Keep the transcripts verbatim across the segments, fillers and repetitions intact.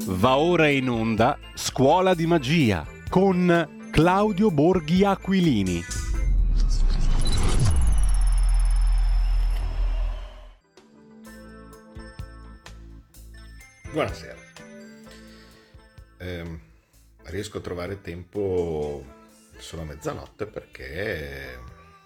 Va ora in onda Scuola di Magia con Claudio Borghi Aquilini. Buonasera. Eh, riesco a trovare tempo solo a mezzanotte perché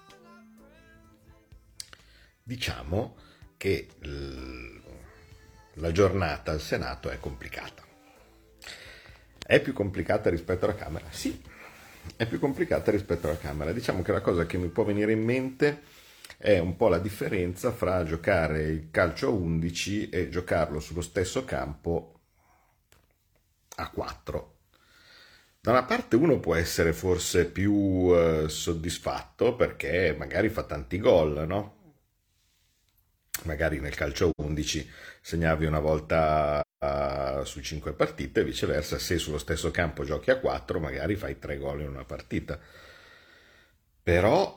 diciamo che l- la giornata al Senato è complicata. È più complicata rispetto alla Camera? Sì, è più complicata rispetto alla Camera. Diciamo che la cosa che mi può venire in mente è un po' la differenza fra giocare il calcio a undici e giocarlo sullo stesso campo a quattro. Da una parte uno può essere forse più eh, soddisfatto perché magari fa tanti gol, no? Magari nel calcio a undici segnavi una volta uh, su cinque partite, viceversa se sullo stesso campo giochi a quattro magari fai tre gol in una partita. Però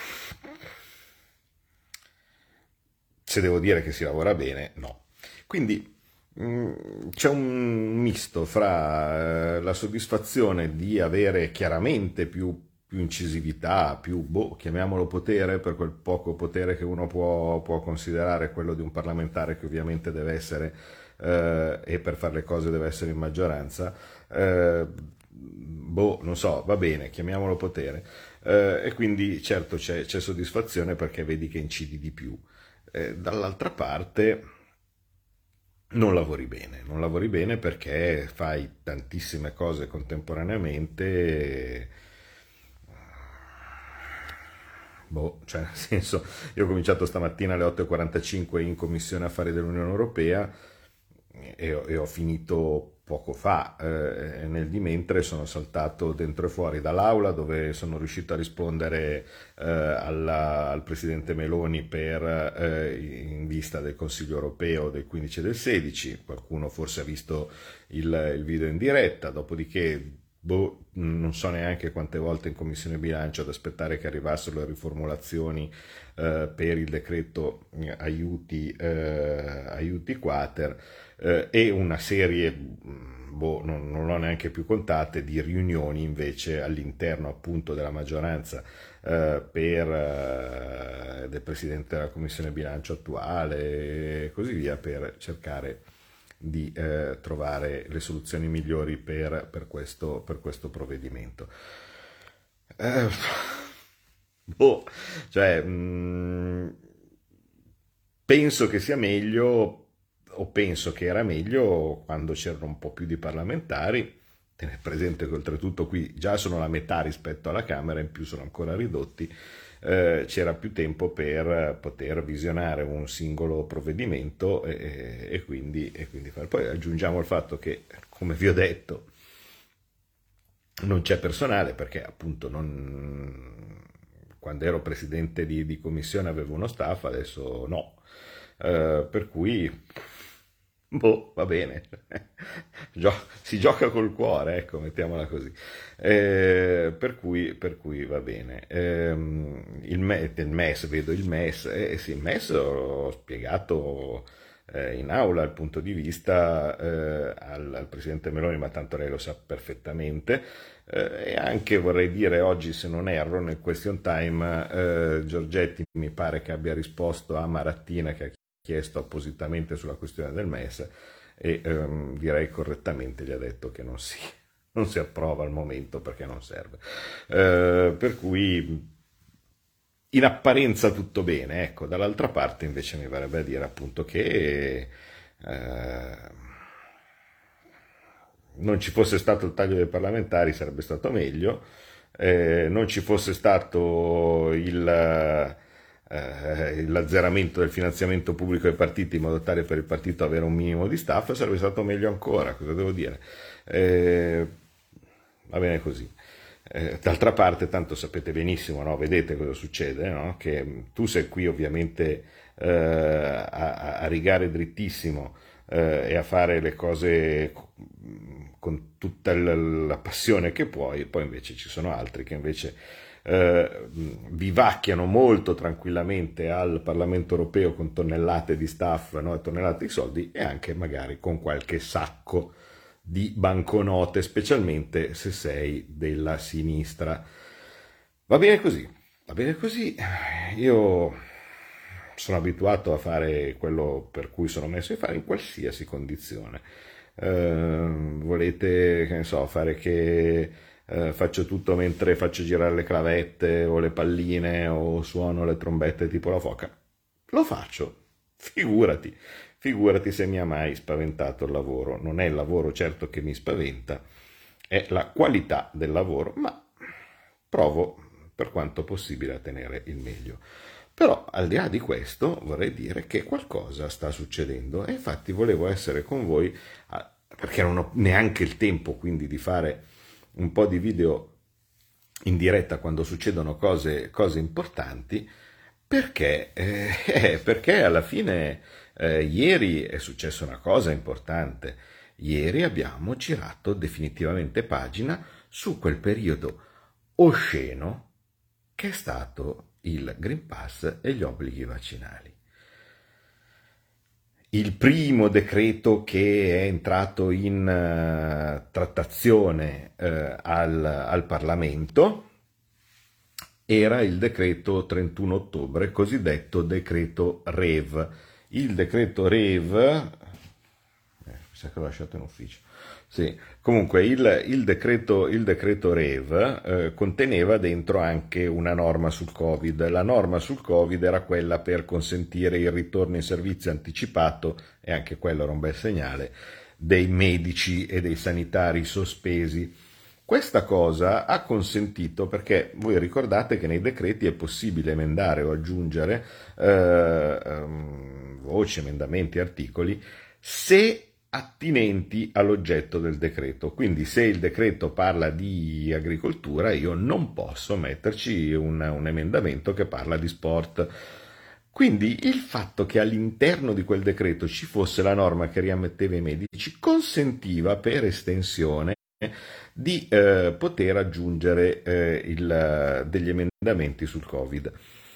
se devo dire che si lavora bene, no. Quindi mh, c'è un misto fra eh, la soddisfazione di avere chiaramente più, più incisività, più, boh, chiamiamolo potere, per quel poco potere che uno può, può considerare quello di un parlamentare che ovviamente deve essere, eh, e per fare le cose deve essere in maggioranza, eh, boh, non so, va bene, chiamiamolo potere. Eh, e quindi certo c'è, c'è soddisfazione perché vedi che incidi di più. Eh, dall'altra parte non lavori bene, non lavori bene perché fai tantissime cose contemporaneamente. e- Boh, cioè nel senso, io ho cominciato stamattina alle otto e quarantacinque in Commissione Affari dell'Unione Europea e ho, e ho finito poco fa, eh, nel di mentre sono saltato dentro e fuori dall'aula dove sono riuscito a rispondere eh, alla- al presidente Meloni per, eh, in vista del Consiglio europeo del quindici e del sedici. Qualcuno forse ha visto il, il video in diretta, dopodiché boh, non so neanche quante volte in Commissione Bilancio ad aspettare che arrivassero le riformulazioni eh, per il decreto eh, aiuti, eh, aiuti quater, eh, e una serie, mh, boh, non, non l'ho neanche più contate, di riunioni invece all'interno appunto della maggioranza eh, per, eh, del Presidente della Commissione Bilancio attuale e così via per cercare di eh, trovare le soluzioni migliori per, per questo, per questo provvedimento. Eh, boh, cioè, mh, penso che sia meglio, o penso che era meglio quando c'erano un po' più di parlamentari. Tenete presente che oltretutto qui già sono la metà rispetto alla Camera, in più sono ancora ridotti, eh, c'era più tempo per poter visionare un singolo provvedimento e, e quindi, e quindi fare. Poi aggiungiamo il fatto che, come vi ho detto, non c'è personale perché appunto non, quando ero presidente di, di commissione avevo uno staff, adesso no. Eh, per cui boh, va bene. Gio- si gioca col cuore, ecco, mettiamola così. Eh, per cui, per cui va bene. Ehm, il, me- il MES, vedo il MES, eh, sì, il MES ho spiegato eh, in aula il punto di vista eh, al, al Presidente Meloni, ma tanto lei lo sa perfettamente. Eh, e anche vorrei dire oggi, se non erro, nel question time eh, Giorgetti mi pare che abbia risposto a Marattina che ha chiesto appositamente sulla questione del MES e ehm, direi correttamente gli ha detto che non si, non si approva al momento perché non serve. Eh, per cui in apparenza tutto bene, ecco, dall'altra parte invece mi verrebbe a dire appunto che eh, non ci fosse stato il taglio dei parlamentari sarebbe stato meglio, eh, non ci fosse stato il, eh, l'azzeramento del finanziamento pubblico ai partiti in modo tale per il partito avere un minimo di staff sarebbe stato meglio ancora, cosa devo dire? Eh, va bene così. Eh, d'altra parte, tanto sapete benissimo, no? Vedete cosa succede, no? Che tu sei qui ovviamente eh, a, a rigare drittissimo eh, e a fare le cose con tutta la passione che puoi, poi invece ci sono altri che invece eh, vivacchiano molto tranquillamente al Parlamento europeo con tonnellate di staff, no? E tonnellate di soldi e anche magari con qualche sacco di banconote, specialmente se sei della sinistra. Va bene così, va bene così. Io sono abituato a fare quello per cui sono messo a fare in qualsiasi condizione. Eh, volete, che ne so, fare che eh, faccio tutto mentre faccio girare le clavette o le palline o suono le trombette tipo la foca? Lo faccio, figurati. Figurati se mi ha mai spaventato il lavoro. Non è il lavoro certo che mi spaventa, è la qualità del lavoro, ma provo per quanto possibile a tenere il meglio. Però al di là di questo vorrei dire che qualcosa sta succedendo e infatti volevo essere con voi, perché non ho neanche il tempo quindi di fare un po' di video in diretta quando succedono cose, cose importanti, perché, eh, perché alla fine eh, ieri è successa una cosa importante. Ieri abbiamo girato definitivamente pagina su quel periodo osceno che è stato il Green Pass e gli obblighi vaccinali. Il primo decreto che è entrato in uh, trattazione uh, al, al Parlamento era il decreto trentuno ottobre, cosiddetto decreto R E V. Il decreto R E V, eh, mi sa che l'ho lasciato in ufficio, sì, comunque il, il, decreto, il decreto R E V eh, conteneva dentro anche una norma sul Covid. La norma sul Covid era quella per consentire il ritorno in servizio anticipato, e anche quello era un bel segnale, dei medici e dei sanitari sospesi. Questa cosa ha consentito, perché voi ricordate che nei decreti è possibile emendare o aggiungere eh, um, voci, emendamenti, articoli, se attinenti all'oggetto del decreto. Quindi se il decreto parla di agricoltura, io non posso metterci un, un emendamento che parla di sport. Quindi il fatto che all'interno di quel decreto ci fosse la norma che riammetteva i medici consentiva per estensione di eh, poter aggiungere eh, il, degli emendamenti sul Covid.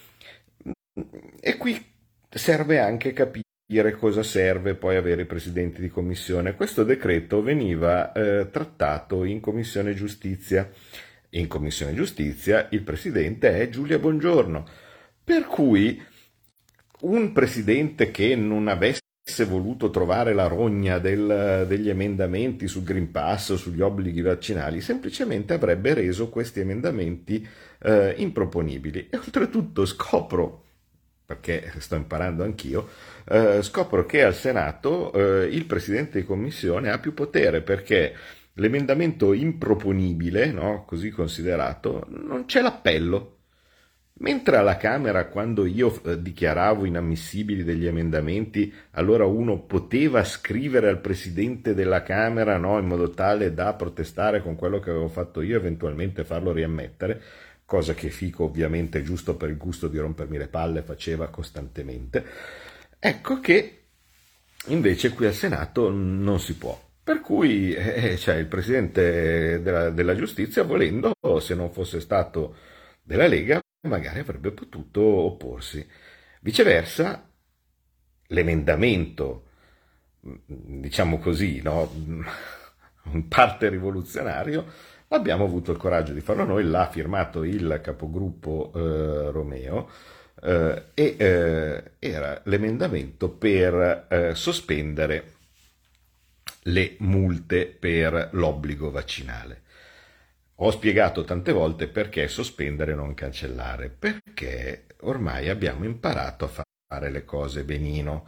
E qui serve anche capire cosa serve poi avere i presidenti di commissione. Questo decreto veniva eh, trattato in Commissione Giustizia. In Commissione Giustizia il presidente è Giulia Bongiorno, per cui un presidente che non avesse voluto trovare la rogna del, degli emendamenti sul Green Pass o sugli obblighi vaccinali semplicemente avrebbe reso questi emendamenti eh, improponibili. E oltretutto scopro, perché sto imparando anch'io, eh, scopro che al Senato eh, il presidente di commissione ha più potere, perché l'emendamento improponibile, no, così considerato, non c'è l'appello. Mentre alla Camera, quando io eh, dichiaravo inammissibili degli emendamenti, allora uno poteva scrivere al presidente della Camera, no, in modo tale da protestare con quello che avevo fatto io, eventualmente farlo riammettere, cosa che Fico, ovviamente, giusto per il gusto di rompermi le palle, faceva costantemente. Ecco che invece qui al Senato non si può. Per cui eh, cioè, il presidente della, della giustizia, volendo, se non fosse stato della Lega, magari avrebbe potuto opporsi. Viceversa, l'emendamento, diciamo così, no, in parte rivoluzionario, abbiamo avuto il coraggio di farlo noi, l'ha firmato il capogruppo eh, Romeo, eh, e eh, era l'emendamento per eh, sospendere le multe per l'obbligo vaccinale. Ho spiegato tante volte perché sospendere e non cancellare, perché ormai abbiamo imparato a fare le cose benino.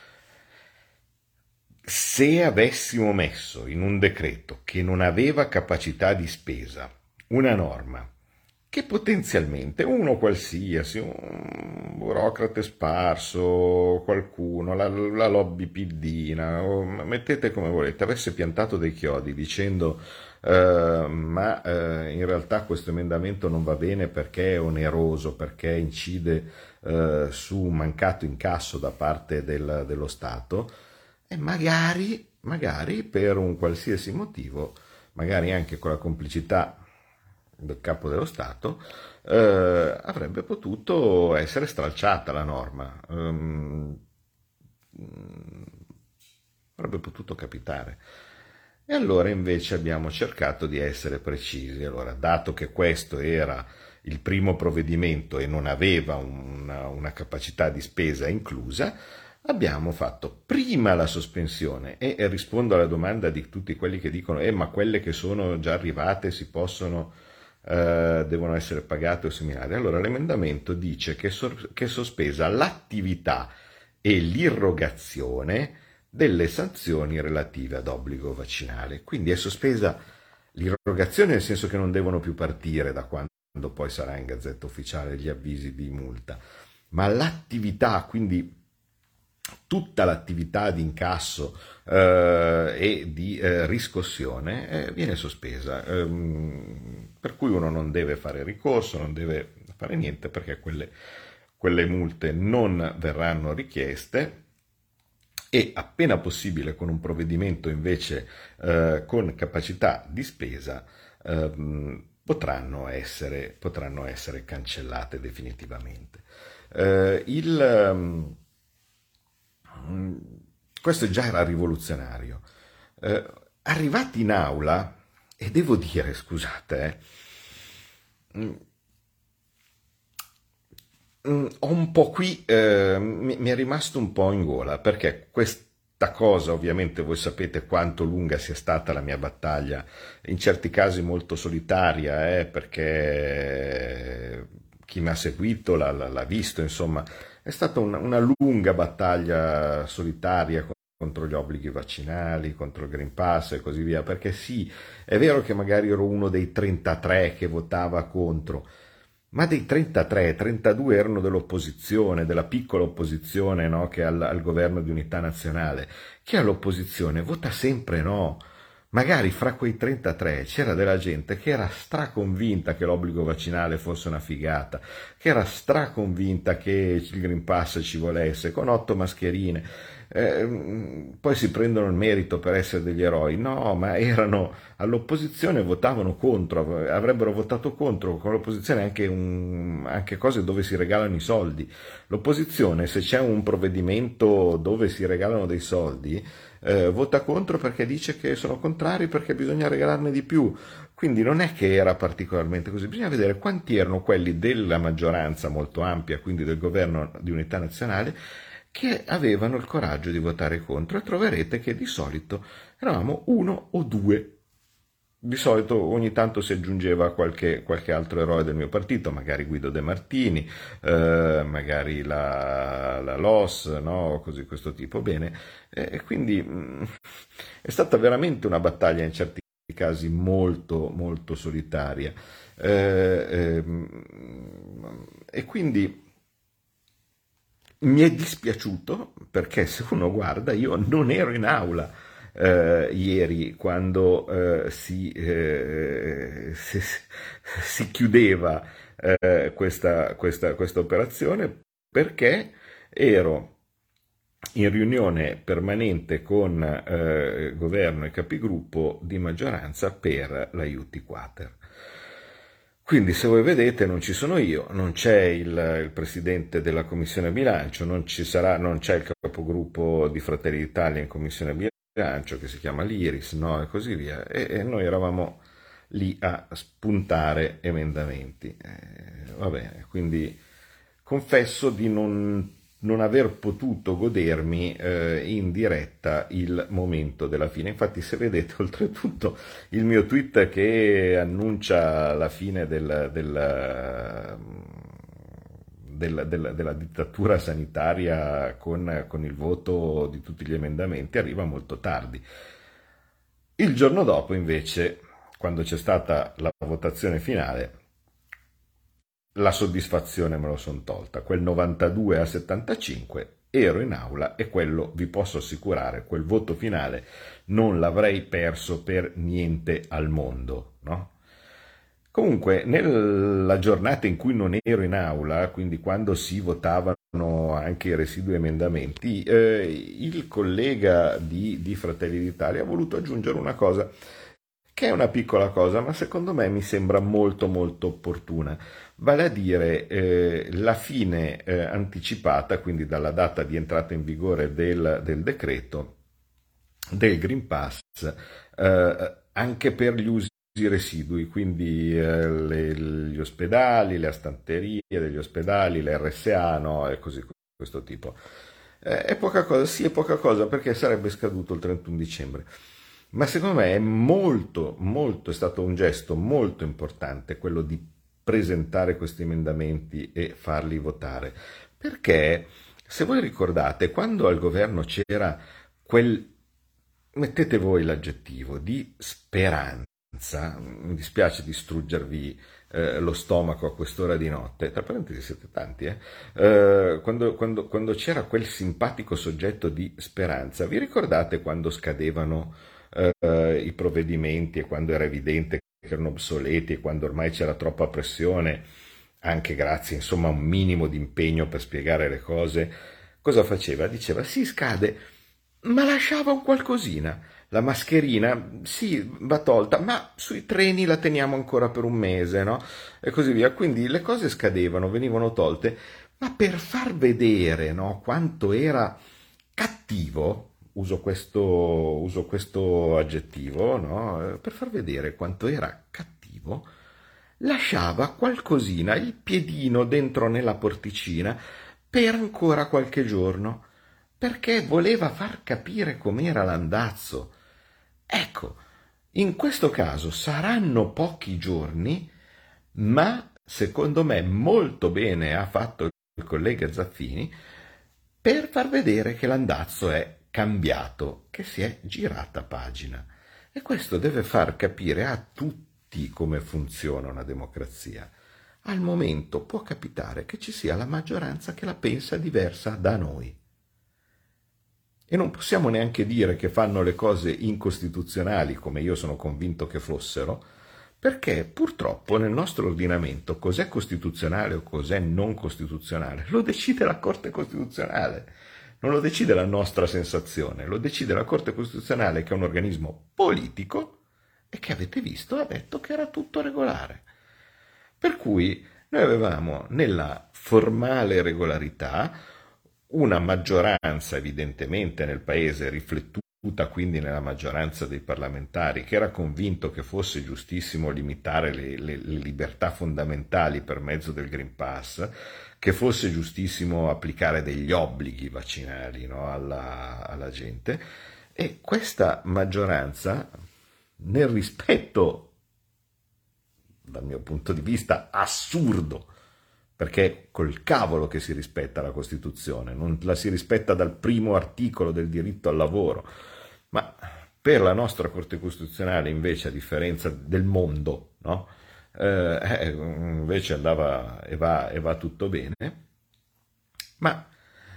Se avessimo messo in un decreto che non aveva capacità di spesa una norma che potenzialmente uno qualsiasi, un burocrate sparso, qualcuno, la, la lobby piddina, o mettete come volete, avesse piantato dei chiodi dicendo Uh, ma uh, in realtà questo emendamento non va bene perché è oneroso, perché incide uh, su un mancato incasso da parte del, dello Stato, e magari, magari per un qualsiasi motivo, magari anche con la complicità del capo dello Stato, uh, avrebbe potuto essere stralciata la norma. Um, avrebbe potuto capitare. E allora invece abbiamo cercato di essere precisi. Allora, dato che questo era il primo provvedimento e non aveva una, una capacità di spesa inclusa, abbiamo fatto prima la sospensione e, e rispondo alla domanda di tutti quelli che dicono eh, ma quelle che sono già arrivate si possono, eh, devono essere pagate o similari. Allora l'emendamento dice che, so, che è sospesa l'attività e l'irrogazione delle sanzioni relative ad obbligo vaccinale. Quindi è sospesa l'irrogazione nel senso che non devono più partire da quando poi sarà in Gazzetta Ufficiale gli avvisi di multa, ma l'attività, quindi tutta l'attività di incasso eh, e di eh, riscossione eh, viene sospesa, ehm, per cui uno non deve fare ricorso, non deve fare niente perché quelle, quelle multe non verranno richieste. E appena possibile con un provvedimento invece eh, con capacità di spesa eh, potranno, essere, potranno essere cancellate definitivamente. Eh, il, um, questo già era rivoluzionario. Eh, arrivati in aula, e devo dire, scusate, eh, ho un po' qui, eh, mi, mi è rimasto un po' in gola, perché questa cosa, ovviamente voi sapete quanto lunga sia stata la mia battaglia, in certi casi molto solitaria, eh, perché chi mi ha seguito l'ha, l'ha visto, insomma, è stata una, una lunga battaglia solitaria contro gli obblighi vaccinali, contro il Green Pass e così via, perché sì, è vero che magari ero uno dei trentatré che votava contro, ma dei trentatré, trentadue erano dell'opposizione, della piccola opposizione, no? Che al, al governo di unità nazionale, che all'opposizione vota sempre no. Magari fra quei trentatré c'era della gente che era straconvinta che l'obbligo vaccinale fosse una figata, che era straconvinta che il Green Pass ci volesse, con otto mascherine. Eh, poi si prendono il merito per essere degli eroi. No, ma erano all'opposizione, votavano contro, avrebbero votato contro con l'opposizione anche, un, anche cose dove si regalano i soldi. L'opposizione, se c'è un provvedimento dove si regalano dei soldi, eh, vota contro perché dice che sono contrari perché bisogna regalarne di più. Quindi non è che era particolarmente così, bisogna vedere quanti erano quelli della maggioranza molto ampia, quindi del governo di unità nazionale, che avevano il coraggio di votare contro, e troverete che di solito eravamo uno o due. Di solito ogni tanto si aggiungeva qualche, qualche altro eroe del mio partito, magari Guido De Martini, eh, magari la, la L O S, no? Così, questo tipo. Bene, e quindi mh, è stata veramente una battaglia in certi casi molto, molto solitaria. Eh, ehm, e quindi mi è dispiaciuto perché se uno guarda io non ero in aula eh, ieri quando eh, si, eh, si, si chiudeva eh, questa, questa, questa operazione, perché ero in riunione permanente con eh, governo e capigruppo di maggioranza per l'aiuti quater. Quindi se voi vedete non ci sono io, non c'è il, il presidente della commissione bilancio, non ci sarà, non c'è il capogruppo di Fratelli d'Italia in commissione bilancio che si chiama l'Iris, no? E così via, e, e noi eravamo lì a spuntare emendamenti. Eh, va bene, quindi confesso di non non aver potuto godermi eh, in diretta il momento della fine. Infatti se vedete oltretutto il mio tweet che annuncia la fine del, del, del, del, della dittatura sanitaria con, con il voto di tutti gli emendamenti arriva molto tardi. Il giorno dopo invece, quando c'è stata la votazione finale, la soddisfazione me lo son tolta, quel novantadue a settantacinque ero in aula e quello vi posso assicurare, quel voto finale non l'avrei perso per niente al mondo, no? Comunque nella giornata in cui non ero in aula, quindi quando si votavano anche i residui emendamenti, eh, il collega di, di Fratelli d'Italia ha voluto aggiungere una cosa che è una piccola cosa, ma secondo me mi sembra molto molto opportuna, vale a dire eh, la fine eh, anticipata, quindi dalla data di entrata in vigore del, del decreto, del Green Pass, eh, anche per gli usi residui, quindi eh, le- gli ospedali, le stanterie degli ospedali, le R S A, no, e così questo tipo. Eh, è poca cosa, sì, è poca cosa perché sarebbe scaduto il trentuno dicembre. Ma secondo me è molto, molto, è stato un gesto molto importante quello di presentare questi emendamenti e farli votare. Perché, se voi ricordate, quando al governo c'era quel, mettete voi l'aggettivo, di speranza, mi dispiace distruggervi eh, lo stomaco a quest'ora di notte, tra parentesi siete tanti, eh? Eh, quando, quando- quando c'era quel simpatico soggetto di speranza, vi ricordate quando scadevano eh, i provvedimenti e quando era evidente che erano obsoleti e quando ormai c'era troppa pressione, anche grazie insomma a un minimo di impegno per spiegare le cose, cosa faceva? Diceva sì, scade, ma lasciava un qualcosina. La mascherina, sì, va tolta, ma sui treni la teniamo ancora per un mese, no? E così via. Quindi le cose scadevano, venivano tolte, ma per far vedere, no, quanto era cattivo, uso questo, uso questo aggettivo, no? Eh, per far vedere quanto era cattivo, lasciava qualcosina, il piedino dentro nella porticina, per ancora qualche giorno, perché voleva far capire com'era l'andazzo. Ecco, in questo caso saranno pochi giorni, ma secondo me molto bene ha fatto il collega Zaffini per far vedere che l'andazzo è cambiato, che si è girata pagina. E questo deve far capire a tutti come funziona una democrazia. Al momento può capitare che ci sia la maggioranza che la pensa diversa da noi. E non possiamo neanche dire che fanno le cose incostituzionali, come io sono convinto che fossero, perché purtroppo nel nostro ordinamento cos'è costituzionale o cos'è non costituzionale lo decide la Corte Costituzionale, non lo decide la nostra sensazione, lo decide la Corte Costituzionale, che è un organismo politico e che, avete visto, ha detto che era tutto regolare. Per cui noi avevamo nella formale regolarità una maggioranza evidentemente nel paese, riflettuta quindi nella maggioranza dei parlamentari, che era convinto che fosse giustissimo limitare le, le, le libertà fondamentali per mezzo del Green Pass, che fosse giustissimo applicare degli obblighi vaccinali, no, alla, alla gente. E questa maggioranza, nel rispetto, dal mio punto di vista, assurdo, perché col cavolo che si rispetta la Costituzione, non la si rispetta dal primo articolo del diritto al lavoro, ma per la nostra Corte Costituzionale invece, a differenza del mondo, no? Eh, eh, invece andava e va, e va tutto bene, ma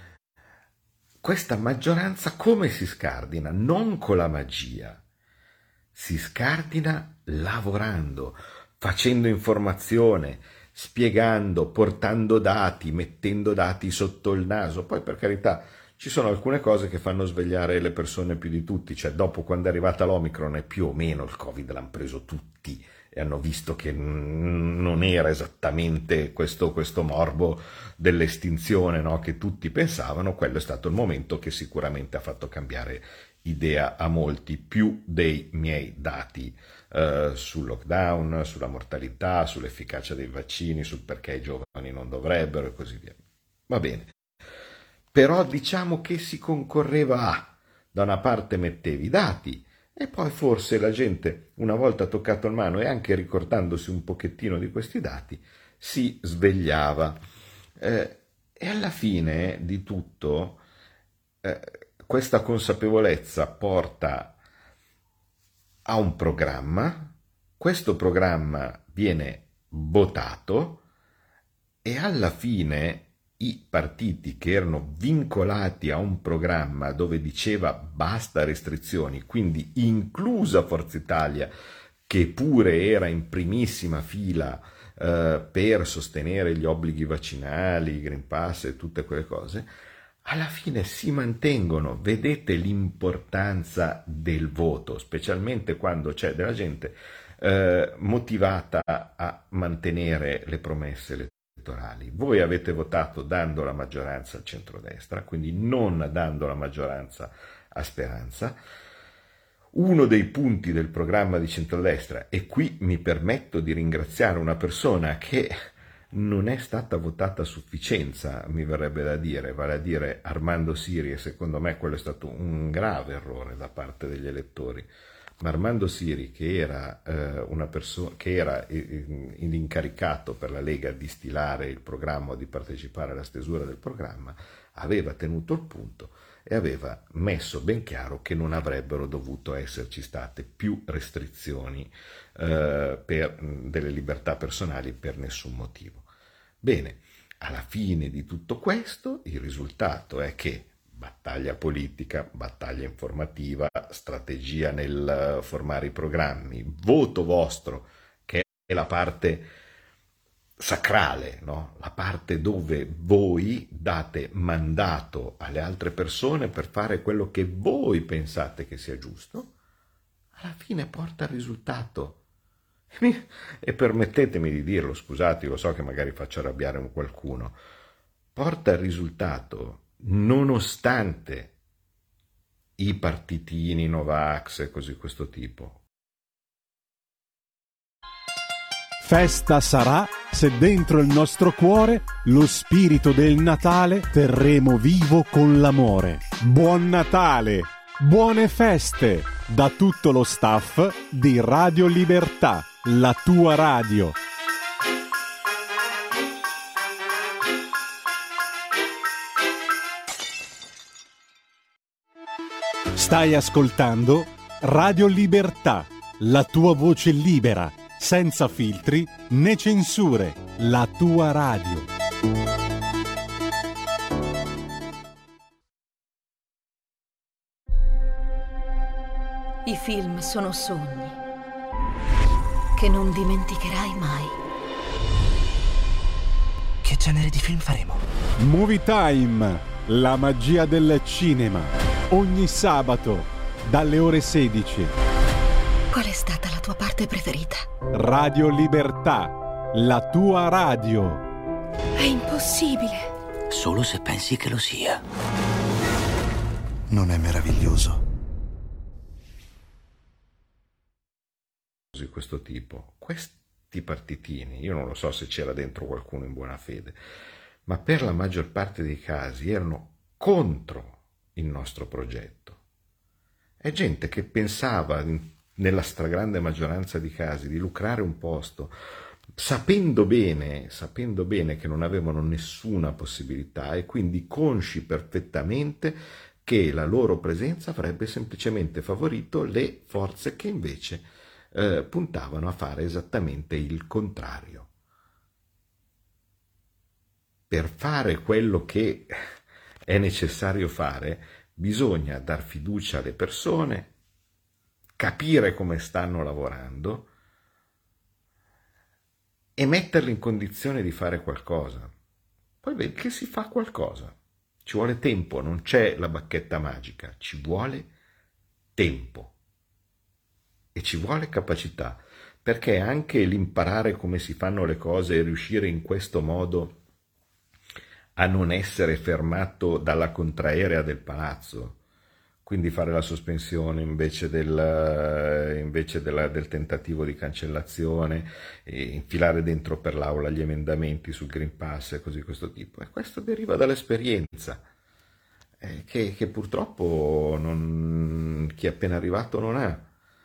questa maggioranza come si scardina? Non con la magia, si scardina lavorando, facendo informazione, spiegando, portando dati, mettendo dati sotto il naso. Poi, per carità, ci sono alcune cose che fanno svegliare le persone più di tutti, cioè dopo, quando è arrivata l'Omicron e più o meno il Covid l'hanno preso tutti e hanno visto che non era esattamente questo, questo morbo dell'estinzione, no, che tutti pensavano. Quello è stato il momento che sicuramente ha fatto cambiare idea a molti, più dei miei dati eh, sul lockdown, sulla mortalità, sull'efficacia dei vaccini, sul perché i giovani non dovrebbero e così via. Va bene. Però diciamo che si concorreva a, da una parte mettevi i dati e poi forse la gente, una volta toccato in mano e anche ricordandosi un pochettino di questi dati, si svegliava. Eh, e alla fine di tutto eh, questa consapevolezza porta a un programma, questo programma viene votato e alla fine i partiti che erano vincolati a un programma dove diceva basta restrizioni, quindi inclusa Forza Italia, che pure era in primissima fila eh, per sostenere gli obblighi vaccinali, i Green Pass e tutte quelle cose, alla fine si mantengono. Vedete l'importanza del voto, specialmente quando c'è della gente eh, motivata a mantenere le promesse elettorali. Voi avete votato dando la maggioranza al centrodestra, quindi non dando la maggioranza a Speranza, Uno dei punti del programma di centrodestra, e qui mi permetto di ringraziare una persona che non è stata votata a sufficienza, mi verrebbe da dire, vale a dire Armando Siri, e secondo me quello è stato un grave errore da parte degli elettori. Ma Armando Siri, che era, eh, una perso- che era eh, incaricato per la Lega di stilare il programma o di partecipare alla stesura del programma, aveva tenuto il punto e aveva messo ben chiaro che non avrebbero dovuto esserci state più restrizioni eh, per delle libertà personali per nessun motivo. Bene, alla fine di tutto questo il risultato è che battaglia politica, battaglia informativa, strategia nel formare i programmi, voto vostro, che è la parte sacrale, no? La parte dove voi date mandato alle altre persone per fare quello che voi pensate che sia giusto, alla fine porta al risultato. E permettetemi di dirlo, scusate, lo so che magari faccio arrabbiare un qualcuno, porta al risultato nonostante i partitini Novax e così questo tipo. Festa sarà se dentro il nostro cuore lo spirito del Natale terremo vivo con l'amore. Buon Natale, buone feste da tutto lo staff di Radio Libertà, la tua radio. Stai ascoltando Radio Libertà, la tua voce libera, senza filtri né censure, la tua radio. I film sono sogni che non dimenticherai mai. Che genere di film faremo? Movie Time, la magia del cinema, ogni sabato dalle ore sedici. Qual è stata la tua parte preferita? Radio Libertà, la tua radio. È impossibile. Solo se pensi che lo sia. Non è meraviglioso? Di questo tipo, questi partitini, io non lo so se c'era dentro qualcuno in buona fede, ma per la maggior parte dei casi erano contro il nostro progetto. È gente che pensava, nella stragrande maggioranza di casi, di lucrare un posto, sapendo bene, sapendo bene che non avevano nessuna possibilità e quindi consci perfettamente che la loro presenza avrebbe semplicemente favorito le forze che invece eh, puntavano a fare esattamente il contrario. Per fare quello che è necessario fare, bisogna dar fiducia alle persone, capire come stanno lavorando e metterli in condizione di fare qualcosa. Poi vedi che si fa qualcosa. Ci vuole tempo, non c'è la bacchetta magica, ci vuole tempo e ci vuole capacità, perché anche l'imparare come si fanno le cose e riuscire in questo modo a non essere fermato dalla contraerea del palazzo, quindi fare la sospensione invece del, invece della, del tentativo di cancellazione, e infilare dentro per l'aula gli emendamenti sul Green Pass e così questo tipo. E questo deriva dall'esperienza, eh, che, che purtroppo non, chi è appena arrivato non ha.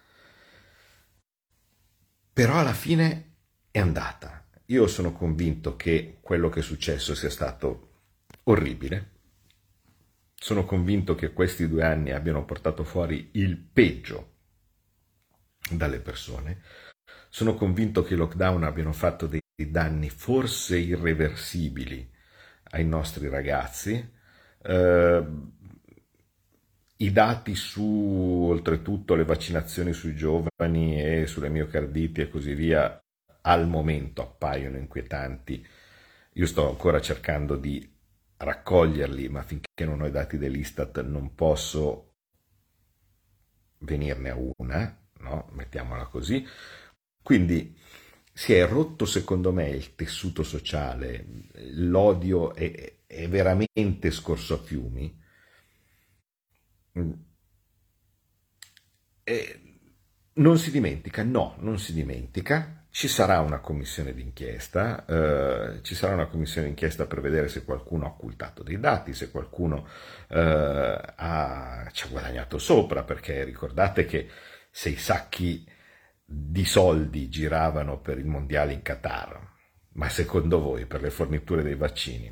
Però alla fine è andata. Io sono convinto che quello che è successo sia stato orribile. Sono convinto che questi due anni abbiano portato fuori il peggio dalle persone. Sono convinto che i lockdown abbiano fatto dei danni forse irreversibili ai nostri ragazzi. Eh, I dati su, oltretutto, le vaccinazioni sui giovani e sulle miocarditi e così via, al momento appaiono inquietanti. Io sto ancora cercando di raccoglierli, ma finché non ho i dati dell'Istat non posso venirne a una, no? Mettiamola così. Quindi si è rotto, secondo me, il tessuto sociale, l'odio è, è veramente scorso a fiumi. E non si dimentica, no, non si dimentica. Ci sarà una commissione d'inchiesta, eh, ci sarà una commissione d'inchiesta per vedere se qualcuno ha occultato dei dati, se qualcuno eh, ha, ci ha guadagnato sopra, perché ricordate che se i sacchi di soldi giravano per il mondiale in Qatar, ma secondo voi per le forniture dei vaccini?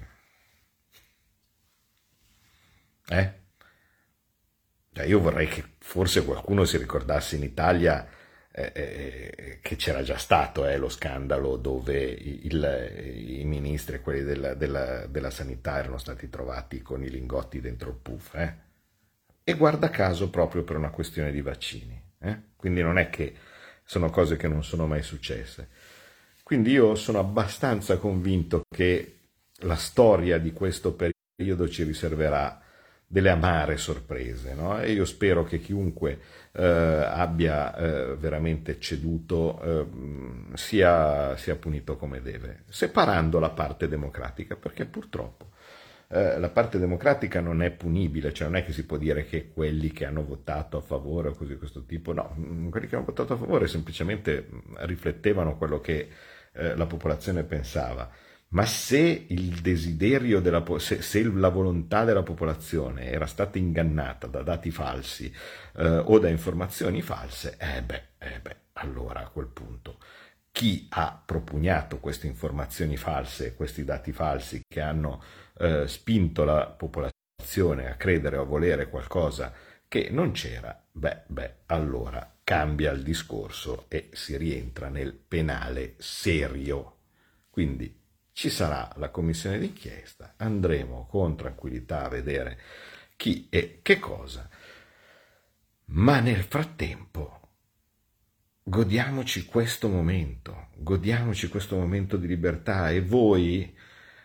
Eh? Cioè io vorrei che forse qualcuno si ricordasse in Italia Eh, eh, che c'era già stato eh, lo scandalo dove il, i ministri e quelli della, della, della sanità erano stati trovati con i lingotti dentro il puff, eh? E guarda caso proprio per una questione di vaccini, eh? Quindi non è che sono cose che non sono mai successe. Quindi io sono abbastanza convinto che la storia di questo periodo ci riserverà delle amare sorprese, no? E io spero che chiunque eh, abbia eh, veramente ceduto eh, sia, sia punito come deve, separando la parte democratica, perché purtroppo eh, la parte democratica non è punibile, cioè non è che si può dire che quelli che hanno votato a favore o così di questo tipo, no, quelli che hanno votato a favore semplicemente riflettevano quello che eh, la popolazione pensava. Ma se il desiderio della se, se la volontà della popolazione era stata ingannata da dati falsi eh, o da informazioni false, eh beh, eh beh, allora a quel punto chi ha propugnato queste informazioni false, questi dati falsi che hanno eh, spinto la popolazione a credere o a volere qualcosa che non c'era, beh, beh, allora cambia il discorso e si rientra nel penale serio. Quindi ci sarà la commissione d'inchiesta, andremo con tranquillità a vedere chi e che cosa, ma nel frattempo godiamoci questo momento, godiamoci questo momento di libertà e voi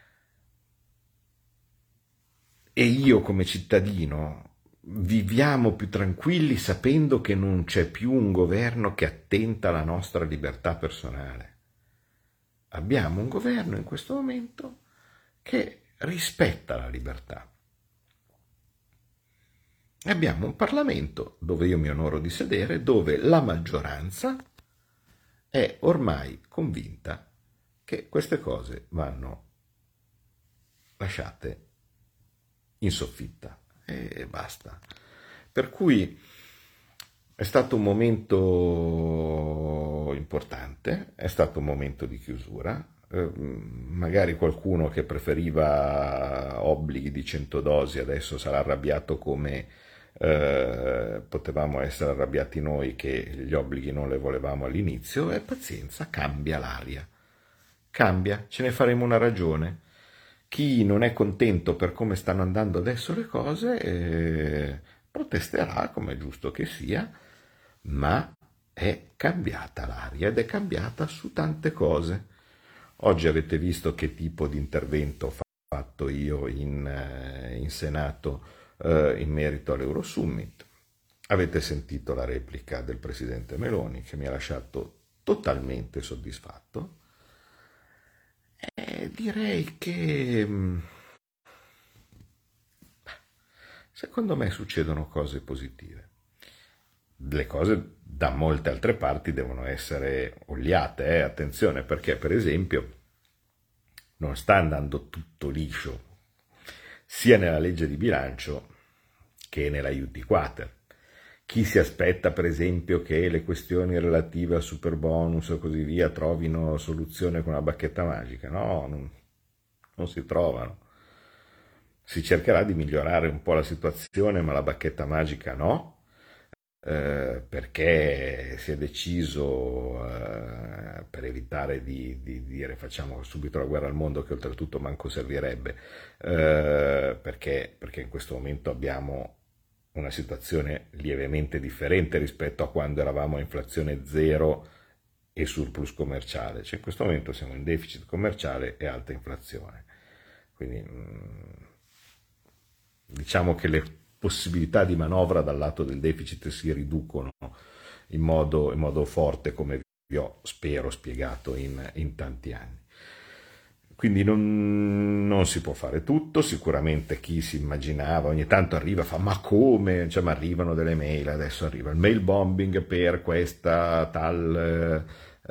e io come cittadino viviamo più tranquilli sapendo che non c'è più un governo che attenta alla nostra libertà personale. Abbiamo un governo in questo momento che rispetta la libertà. Abbiamo un Parlamento, dove io mi onoro di sedere, dove la maggioranza è ormai convinta che queste cose vanno lasciate in soffitta e basta. Per cui è stato un momento importante, è stato un momento di chiusura, eh, magari qualcuno che preferiva obblighi di cento dosi adesso sarà arrabbiato come eh, potevamo essere arrabbiati noi che gli obblighi non le volevamo all'inizio, e pazienza, cambia l'aria, cambia, ce ne faremo una ragione. Chi non è contento per come stanno andando adesso le cose eh, protesterà, come è giusto che sia, ma è cambiata l'aria ed è cambiata su tante cose. Oggi avete visto che tipo di intervento ho fatto io in, in Senato eh, in merito all'Eurosummit. Avete sentito la replica del presidente Meloni che mi ha lasciato totalmente soddisfatto. E direi che secondo me succedono cose positive. Le cose da molte altre parti devono essere oliate, eh? Attenzione, perché per esempio non sta andando tutto liscio sia nella legge di bilancio che nell'aiuti quater. Chi si aspetta per esempio che le questioni relative al super bonus e così via trovino soluzione con una bacchetta magica? No, non, non si trovano. Si cercherà di migliorare un po' la situazione, ma la bacchetta magica no. Eh, perché si è deciso eh, per evitare di, di dire facciamo subito la guerra al mondo, che oltretutto manco servirebbe, eh, perché, perché in questo momento abbiamo una situazione lievemente differente rispetto a quando eravamo a inflazione zero e surplus commerciale, cioè in questo momento siamo in deficit commerciale e alta inflazione, quindi mh, diciamo che le possibilità di manovra dal lato del deficit si riducono in modo, in modo forte, come vi ho, spero, spiegato in, in tanti anni. Quindi non, non si può fare tutto, sicuramente chi si immaginava, ogni tanto arriva, fa ma come? Cioè, ma arrivano delle mail, adesso arriva il mail bombing per questa tal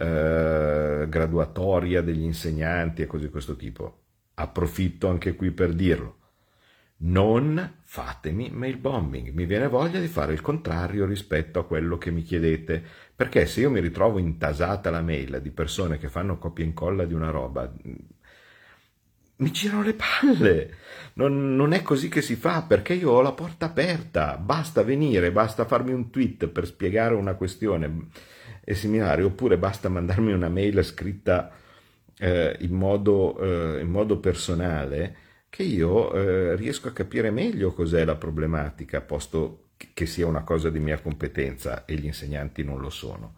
eh, graduatoria degli insegnanti e così di questo tipo. Approfitto anche qui per dirlo. Non fatemi mail bombing, mi viene voglia di fare il contrario rispetto a quello che mi chiedete, perché se io mi ritrovo intasata la mail di persone che fanno copia e incolla di una roba, mi girano le palle, non, non è così che si fa, perché io ho la porta aperta, basta venire, basta farmi un tweet per spiegare una questione e similare, oppure basta mandarmi una mail scritta eh, in, modo, eh, in modo personale, che io eh, riesco a capire meglio cos'è la problematica, posto che sia una cosa di mia competenza e gli insegnanti non lo sono.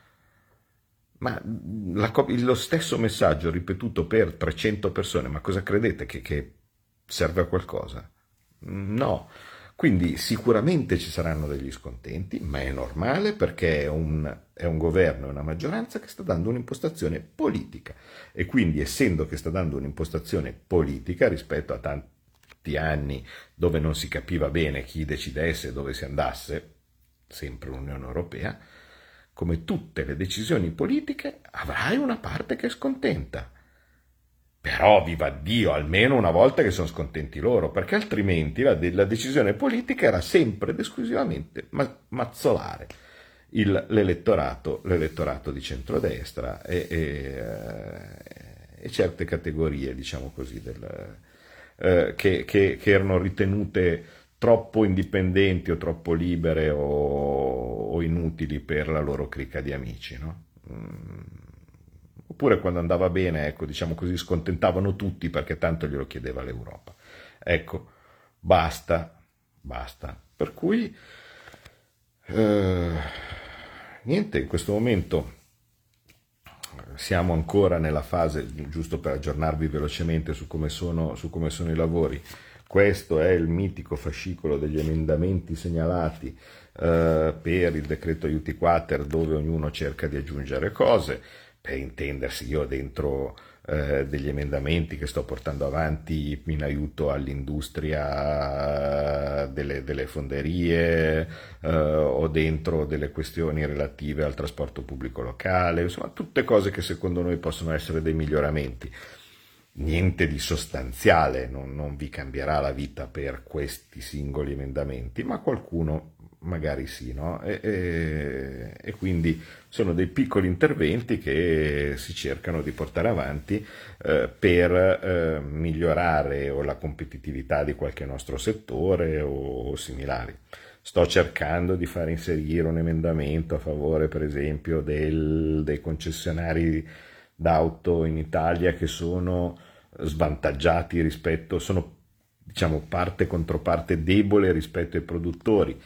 Ma la, lo stesso messaggio ripetuto per trecento persone, ma cosa credete che, che serve a qualcosa? No. Quindi sicuramente ci saranno degli scontenti, ma è normale perché è un, è un governo e una maggioranza che sta dando un'impostazione politica e quindi essendo che sta dando un'impostazione politica rispetto a tanti anni dove non si capiva bene chi decidesse dove si andasse, sempre l'Unione Europea, come tutte le decisioni politiche avrai una parte che è scontenta. Però, viva Dio, almeno una volta che sono scontenti loro, perché altrimenti la, de- la decisione politica era sempre ed esclusivamente ma- mazzolare il, l'elettorato, l'elettorato di centrodestra e, e, e certe categorie, diciamo così, del, eh, che, che, che erano ritenute troppo indipendenti o troppo libere o, o inutili per la loro cricca di amici, no? Mm. Oppure quando andava bene, ecco, diciamo così, scontentavano tutti perché tanto glielo chiedeva l'Europa. Ecco, basta, basta. Per cui, eh, niente, in questo momento siamo ancora nella fase, giusto per aggiornarvi velocemente su come sono, su come sono i lavori, questo è il mitico fascicolo degli emendamenti segnalati eh, per il decreto aiuti quater, dove ognuno cerca di aggiungere cose. Per intendersi, io ho dentro eh, degli emendamenti che sto portando avanti in aiuto all'industria delle, delle fonderie, eh, ho dentro delle questioni relative al trasporto pubblico locale, insomma tutte cose che secondo noi possono essere dei miglioramenti. Niente di sostanziale, non, non vi cambierà la vita per questi singoli emendamenti, ma qualcuno magari sì, no? E, e, e quindi sono dei piccoli interventi che si cercano di portare avanti eh, per eh, migliorare o la competitività di qualche nostro settore o, o similari. Sto cercando di far inserire un emendamento a favore, per esempio, del, dei concessionari d'auto in Italia che sono svantaggiati rispetto, sono diciamo parte controparte debole rispetto ai produttori.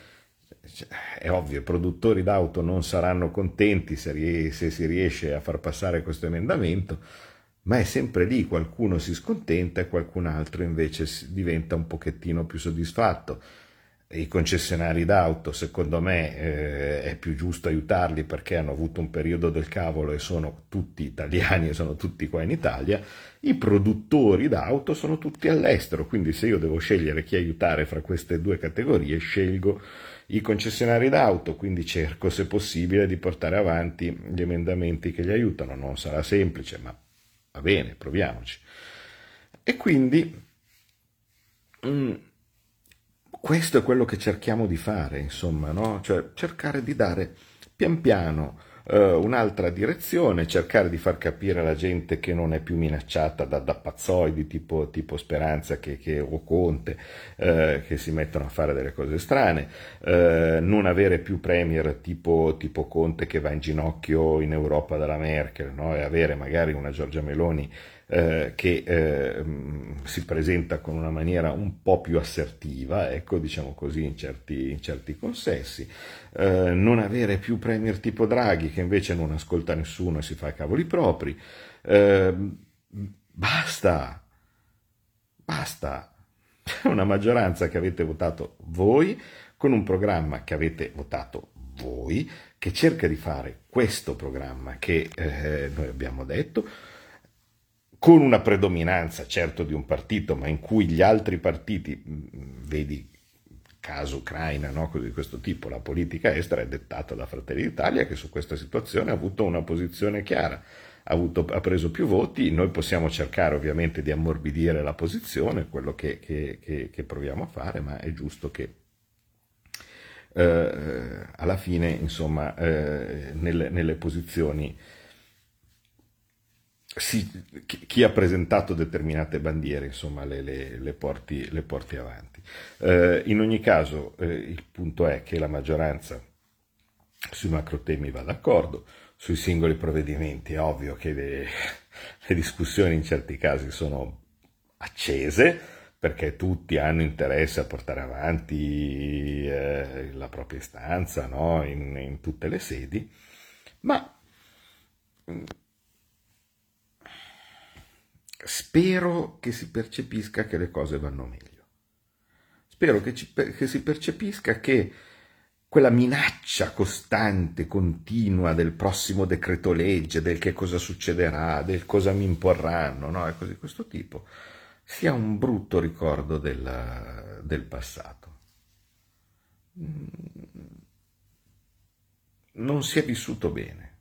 È ovvio, i produttori d'auto non saranno contenti se, se si riesce a far passare questo emendamento, ma è sempre lì, qualcuno si scontenta e qualcun altro invece diventa un pochettino più soddisfatto. I concessionari d'auto, secondo me, eh, è più giusto aiutarli perché hanno avuto un periodo del cavolo e sono tutti italiani e sono tutti qua in Italia. I produttori d'auto sono tutti all'estero, quindi se io devo scegliere chi aiutare fra queste due categorie, scelgo i concessionari d'auto, quindi cerco se possibile di portare avanti gli emendamenti che li aiutano. Non sarà semplice, ma va bene, proviamoci. E quindi mh, questo è quello che cerchiamo di fare, insomma, no? Cioè cercare di dare pian piano uh, un'altra direzione, cercare di far capire alla gente che non è più minacciata da, da pazzoidi tipo, tipo Speranza che, che, o Conte uh, che si mettono a fare delle cose strane, uh, non avere più premier tipo, tipo Conte che va in ginocchio in Europa dalla Merkel, no? E avere magari una Giorgia Meloni Eh, che eh, si presenta con una maniera un po' più assertiva, ecco, diciamo così, in certi, in certi consessi, eh, non avere più premier tipo Draghi che invece non ascolta nessuno e si fa i cavoli propri. Eh, basta, basta, c'è una maggioranza che avete votato voi, con un programma che avete votato voi, che cerca di fare questo programma che eh, noi abbiamo detto, con una predominanza certo di un partito, ma in cui gli altri partiti, vedi caso Ucraina, no? Così di questo tipo, la politica estera è dettata da Fratelli d'Italia, che su questa situazione ha avuto una posizione chiara, ha, avuto, ha preso più voti. Noi possiamo cercare ovviamente di ammorbidire la posizione, quello che, che, che, che proviamo a fare, ma è giusto che eh, alla fine, insomma, eh, nelle, nelle posizioni si, chi, chi ha presentato determinate bandiere, insomma, le, le, le, porti, le porti avanti. Eh, in ogni caso, eh, il punto è che la maggioranza sui macro temi va d'accordo, sui singoli provvedimenti è ovvio che le, le discussioni in certi casi sono accese, perché tutti hanno interesse a portare avanti eh, la propria istanza, no? in, in tutte le sedi, ma spero che si percepisca che le cose vanno meglio. Spero che, ci, che si percepisca che quella minaccia costante, continua del prossimo decreto legge, del che cosa succederà, del cosa mi imporranno, no? E così questo tipo, sia un brutto ricordo del, del passato. Non si è vissuto bene.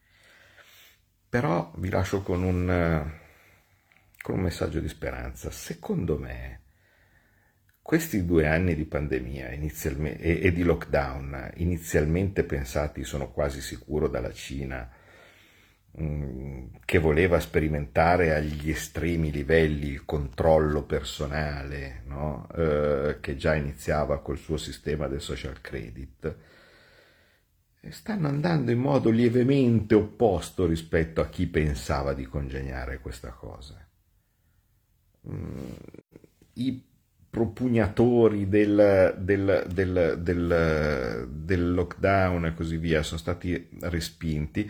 Però vi lascio con un, con un messaggio di speranza. Secondo me, questi due anni di pandemia inizialmente, e, e di lockdown, inizialmente pensati, sono quasi sicuro, dalla Cina, mh, che voleva sperimentare agli estremi livelli il controllo personale, no? eh, che già iniziava col suo sistema del social credit, stanno andando in modo lievemente opposto rispetto a chi pensava di congegnare questa cosa. Mm, I propugnatori del, del, del, del, del lockdown e così via sono stati respinti.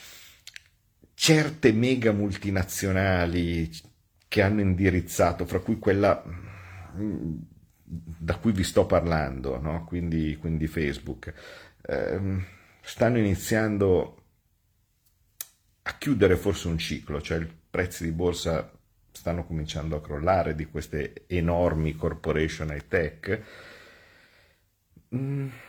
Certe mega multinazionali che hanno indirizzato, fra cui quella da cui vi sto parlando, no? quindi, quindi Facebook, ehm, stanno iniziando a chiudere forse un ciclo, cioè i prezzi di borsa stanno cominciando a crollare di queste enormi corporation high tech. Mm.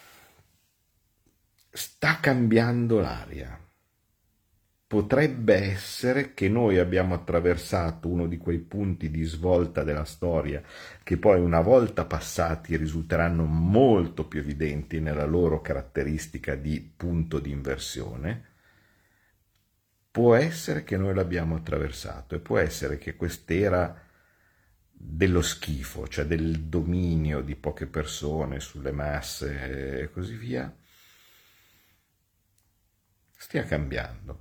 Sta cambiando l'aria. Potrebbe essere che noi abbiamo attraversato uno di quei punti di svolta della storia che poi, una volta passati, risulteranno molto più evidenti nella loro caratteristica di punto di inversione. Può essere che noi l'abbiamo attraversato e può essere che quest'era dello schifo, cioè del dominio di poche persone sulle masse e così via, stia cambiando.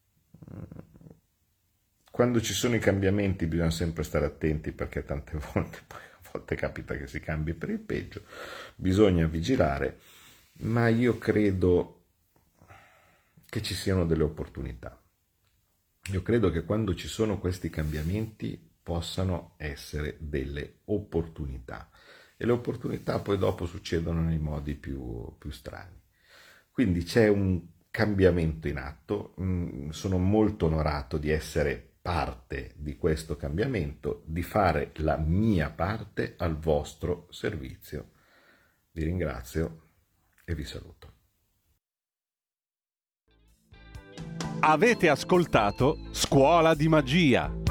Quando ci sono i cambiamenti bisogna sempre stare attenti, perché tante volte, poi a volte capita che si cambi per il peggio, bisogna vigilare, ma io credo che ci siano delle opportunità. Io credo che quando ci sono questi cambiamenti possano essere delle opportunità, e le opportunità poi dopo succedono nei modi più, più strani. Quindi c'è un cambiamento in atto, sono molto onorato di essere parte di questo cambiamento, di fare la mia parte al vostro servizio. Vi ringrazio e vi saluto. Avete ascoltato Scuola di Magia.